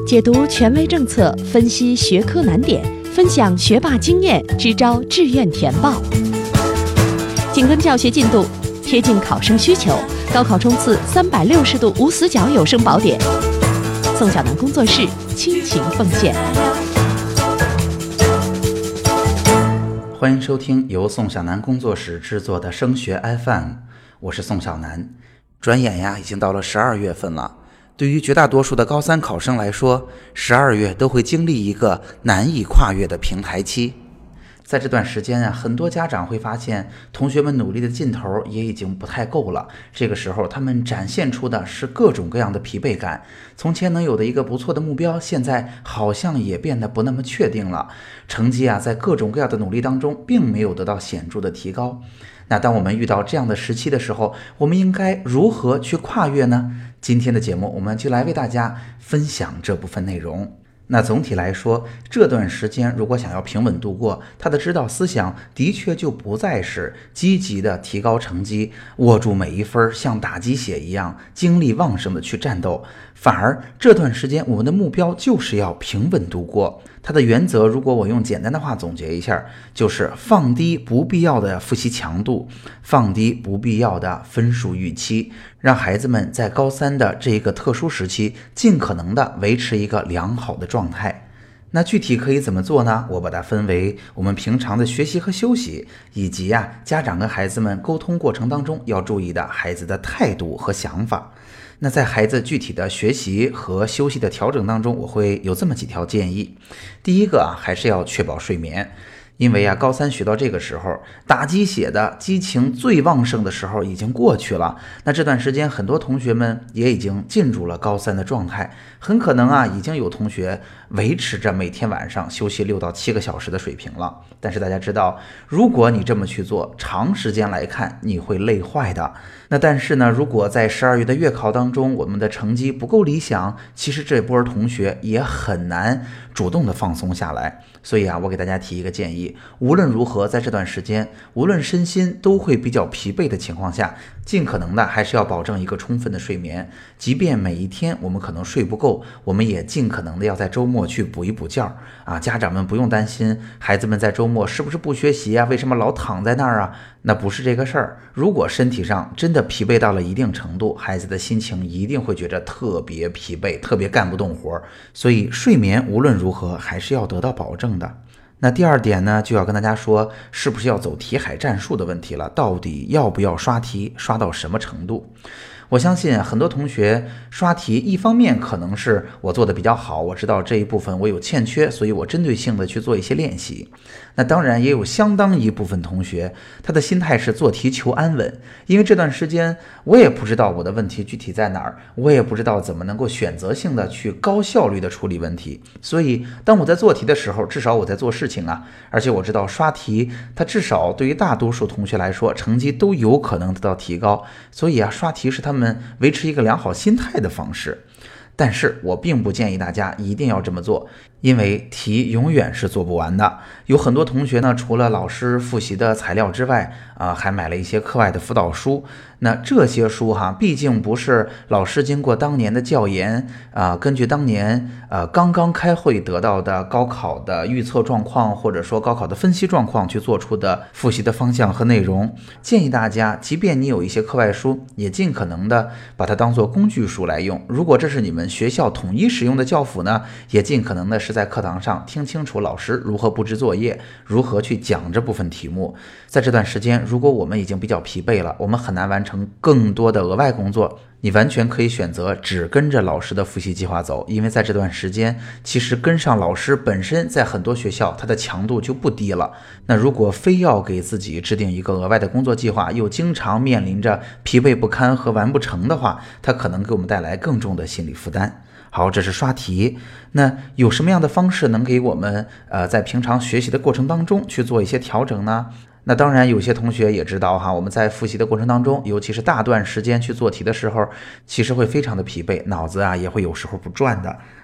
解读权威政策，分析学科难点，分享学霸经验，支招志愿填报。紧跟教学进度，贴近考生需求，高考冲刺360度无死角有声宝典。宋小楠工作室倾情奉献。 欢迎收听由宋小楠工作室制作的升学 FM， 我是宋小楠。转眼呀，已经到了12月份了。对于绝大多数的高三考生来说，12月都会经历一个难以跨越的平台期。在这段时间啊，很多家长会发现同学们努力的劲头也已经不太够了。这个时候他们展现出的是各种各样的疲惫感，从前能有的一个不错的目标，现在好像也变得不那么确定了。成绩啊，在各种各样的努力当中并没有得到显著的提高。那当我们遇到这样的时期的时候，我们应该如何去跨越呢？今天的节目我们就来为大家分享这部分内容。那总体来说，这段时间如果想要平稳度过，他的指导思想的确就不再是积极的提高成绩，握住每一分像打鸡血一样精力旺盛的去战斗，反而这段时间我们的目标就是要平稳度过。它的原则如果我用简单的话总结一下，就是放低不必要的复习强度，放低不必要的分数预期，让孩子们在高三的这一个特殊时期尽可能的维持一个良好的状态。那具体可以怎么做呢？我把它分为我们平常的学习和休息，以及家长跟孩子们沟通过程当中要注意的孩子的态度和想法。那在孩子具体的学习和休息的调整当中，我会有这么几条建议。第一个还是要确保睡眠。因为高三学到这个时候，打鸡血的激情最旺盛的时候已经过去了。那这段时间很多同学们也已经进入了高三的状态，很可能已经有同学维持着每天晚上休息6到7个小时的水平了。但是大家知道，如果你这么去做，长时间来看你会累坏的。那但是呢，如果在12月的月考当中我们的成绩不够理想，其实这波同学也很难主动的放松下来。所以我给大家提一个建议，无论如何在这段时间，无论身心都会比较疲惫的情况下，尽可能的还是要保证一个充分的睡眠。即便每一天我们可能睡不够，我们也尽可能的要在周末去补一补觉家长们不用担心孩子们在周末是不是不学习为什么老躺在那儿那不是这个事儿。如果身体上真的疲惫到了一定程度，孩子的心情一定会觉得特别疲惫，特别干不动活。所以睡眠无论如何还是要得到保证的。那第二点呢，就要跟大家说是不是要走题海战术的问题了。到底要不要刷题，刷到什么程度？我相信很多同学刷题，一方面可能是我做的比较好，我知道这一部分我有欠缺，所以我针对性的去做一些练习。那当然也有相当一部分同学，他的心态是做题求安稳，因为这段时间我也不知道我的问题具体在哪儿，我也不知道怎么能够选择性的去高效率的处理问题，所以当我在做题的时候，至少我在做事情而且我知道刷题它至少对于大多数同学来说成绩都有可能得到提高，所以刷题是他们维持一个良好心态的方式。但是我并不建议大家一定要这么做，因为题永远是做不完的。有很多同学呢，除了老师复习的材料之外还买了一些课外的辅导书。那这些书毕竟不是老师经过当年的教研根据当年刚刚开会得到的高考的预测状况，或者说高考的分析状况去做出的复习的方向和内容。建议大家，即便你有一些课外书，也尽可能的把它当做工具书来用。如果这是你们学校统一使用的教辅呢，也尽可能的是在课堂上听清楚老师如何布置作业，如何去讲这部分题目。在这段时间，如果我们已经比较疲惫了，我们很难完成更多的额外工作，你完全可以选择只跟着老师的复习计划走。因为在这段时间，其实跟上老师本身在很多学校它的强度就不低了。那如果非要给自己制定一个额外的工作计划，又经常面临着疲惫不堪和完不成的话，它可能给我们带来更重的心理负担。好，这是刷题。那有什么样的方式能给我们在平常学习的过程当中去做一些调整呢？那当然有些同学也知道我们在复习的过程当中，尤其是大段时间去做题的时候，其实会非常的疲惫，脑子也会有时候不转的。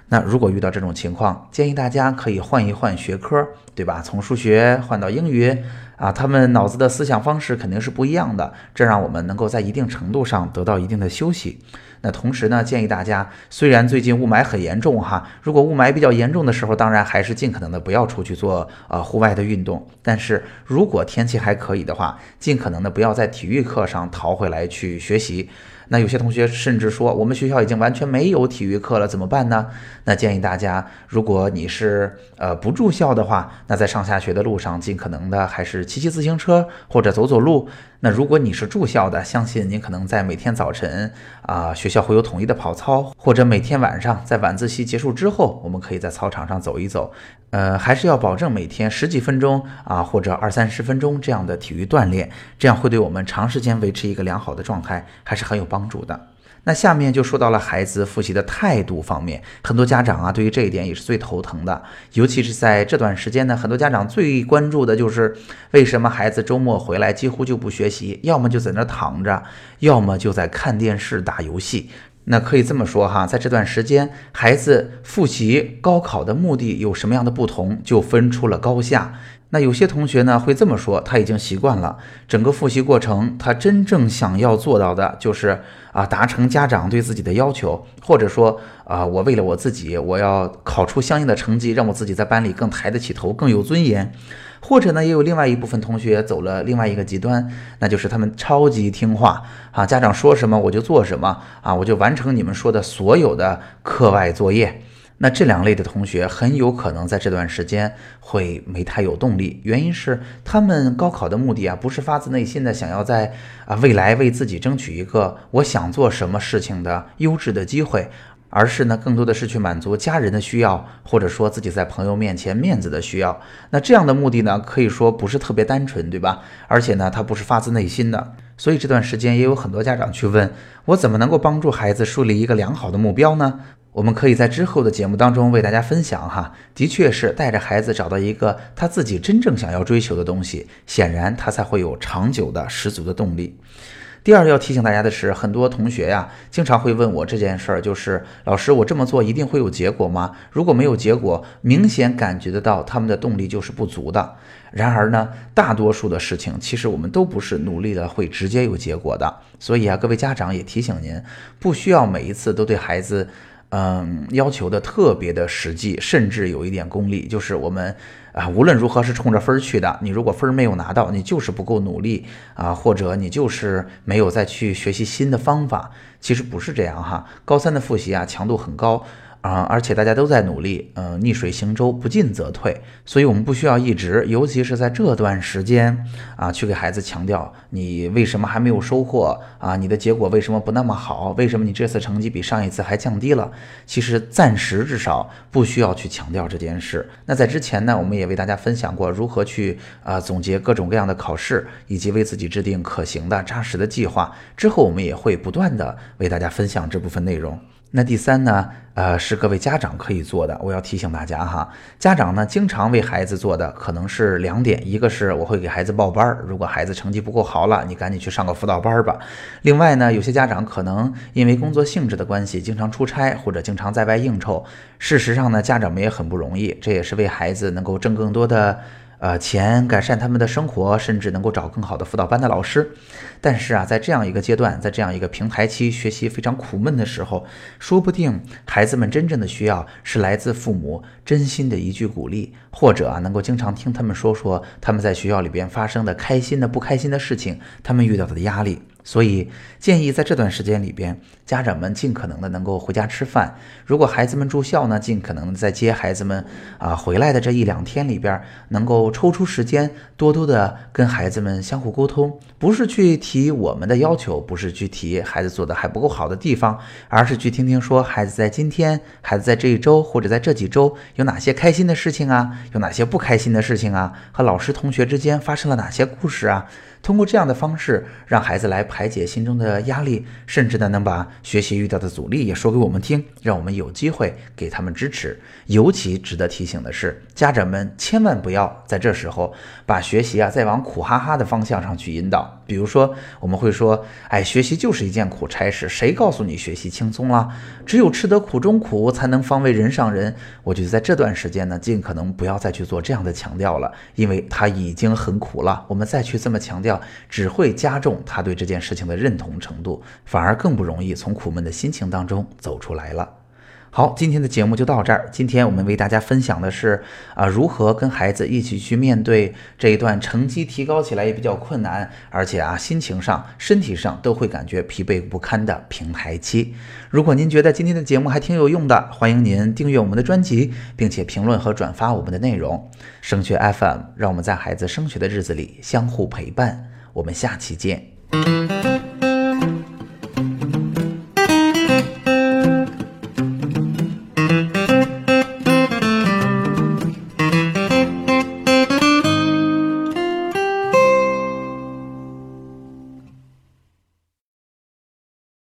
那如果遇到这种情况，建议大家可以换一换学科，对吧？从数学换到英语他们脑子的思想方式肯定是不一样的，这让我们能够在一定程度上得到一定的休息。那同时呢，建议大家，虽然最近雾霾很严重如果雾霾比较严重的时候，当然还是尽可能的不要出去做户外的运动。但是如果天气还可以的话，尽可能的不要在体育课上逃回来去学习。那有些同学甚至说，我们学校已经完全没有体育课了，怎么办呢？那建议大家，如果你是不住校的话，那在上下学的路上，尽可能的还是骑自行车或者走路。那如果你是住校的，相信您可能在每天早晨学校会有统一的跑操，或者每天晚上在晚自习结束之后，我们可以在操场上走一走。还是要保证每天10几分钟或者20-30分钟这样的体育锻炼，这样会对我们长时间维持一个良好的状态还是很有帮助的。那下面就说到了孩子复习的态度方面，很多家长对于这一点也是最头疼的，尤其是在这段时间呢，很多家长最关注的就是为什么孩子周末回来几乎就不学习，要么就在那躺着，要么就在看电视打游戏。那可以这么说在这段时间，孩子复习高考的目的有什么样的不同，就分出了高下。那有些同学呢会这么说，他已经习惯了整个复习过程，他真正想要做到的就是达成家长对自己的要求，或者说我为了我自己，我要考出相应的成绩，让我自己在班里更抬得起头，更有尊严。或者呢，也有另外一部分同学走了另外一个极端，那就是他们超级听话家长说什么我就做什么我就完成你们说的所有的课外作业。那这两类的同学很有可能在这段时间会没太有动力，原因是他们高考的目的不是发自内心的想要在未来为自己争取一个我想做什么事情的优质的机会，而是呢更多的是去满足家人的需要，或者说自己在朋友面前面子的需要。那这样的目的呢，可以说不是特别单纯，对吧？而且呢，它不是发自内心的。所以这段时间也有很多家长去问我，怎么能够帮助孩子树立一个良好的目标呢？我们可以在之后的节目当中为大家分享的确是带着孩子找到一个他自己真正想要追求的东西，显然他才会有长久的十足的动力。第二要提醒大家的是，很多同学经常会问我这件事儿，就是老师，我这么做一定会有结果吗？如果没有结果，明显感觉得到他们的动力就是不足的。然而呢，大多数的事情其实我们都不是努力了会直接有结果的。所以各位家长也提醒您，不需要每一次都对孩子要求的特别的实际，甚至有一点功利，就是我们无论如何是冲着分去的，你如果分没有拿到，你就是不够努力或者你就是没有再去学习新的方法。其实不是这样高三的复习强度很高而且大家都在努力，逆水行舟，不进则退，所以我们不需要一直，尤其是在这段时间去给孩子强调你为什么还没有收获你的结果为什么不那么好，为什么你这次成绩比上一次还降低了。其实暂时至少不需要去强调这件事。那在之前呢，我们也为大家分享过如何去总结各种各样的考试，以及为自己制定可行的扎实的计划。之后我们也会不断的为大家分享这部分内容。那第三呢，是各位家长可以做的。我要提醒大家家长呢经常为孩子做的可能是2点，一个是我会给孩子报班，如果孩子成绩不够好了，你赶紧去上个辅导班吧。另外呢，有些家长可能因为工作性质的关系，经常出差或者经常在外应酬。事实上呢，家长们也很不容易，这也是为孩子能够挣更多的钱，改善他们的生活，甚至能够找更好的辅导班的老师。但是在这样一个阶段，在这样一个平台期，学习非常苦闷的时候，说不定孩子们真正的需要是来自父母真心的一句鼓励，或者能够经常听他们说说他们在学校里边发生的开心的不开心的事情，他们遇到的压力。所以建议在这段时间里边，家长们尽可能的能够回家吃饭。如果孩子们住校呢，尽可能在接孩子们回来的这1-2天里边，能够抽出时间多多的跟孩子们相互沟通，不是去提我们的要求，不是去提孩子做的还不够好的地方，而是去听听说孩子在今天，孩子在这一周或者在这几周有哪些开心的事情有哪些不开心的事情和老师同学之间发生了哪些故事通过这样的方式让孩子来排解心中的压力，甚至呢能把学习遇到的阻力也说给我们听，让我们有机会给他们支持。尤其值得提醒的是，家长们千万不要在这时候把学习再往苦哈哈的方向上去引导。 比如说我们会说，学习就是一件苦差事，谁告诉你学习轻松了？只有吃得苦中苦，才能方为人上人。我觉得在这段时间呢，尽可能不要再去做这样的强调了，因为他已经很苦了，我们再去这么强调，只会加重他对这件事情的认同程度，反而更不容易从苦闷的心情当中走出来了。好，今天的节目就到这儿。今天我们为大家分享的是如何跟孩子一起去面对这一段成绩提高起来也比较困难，而且心情上身体上都会感觉疲惫不堪的平台期。如果您觉得今天的节目还挺有用的，欢迎您订阅我们的专辑，并且评论和转发我们的内容。升学 FM 让我们在孩子升学的日子里相互陪伴，我们下期见。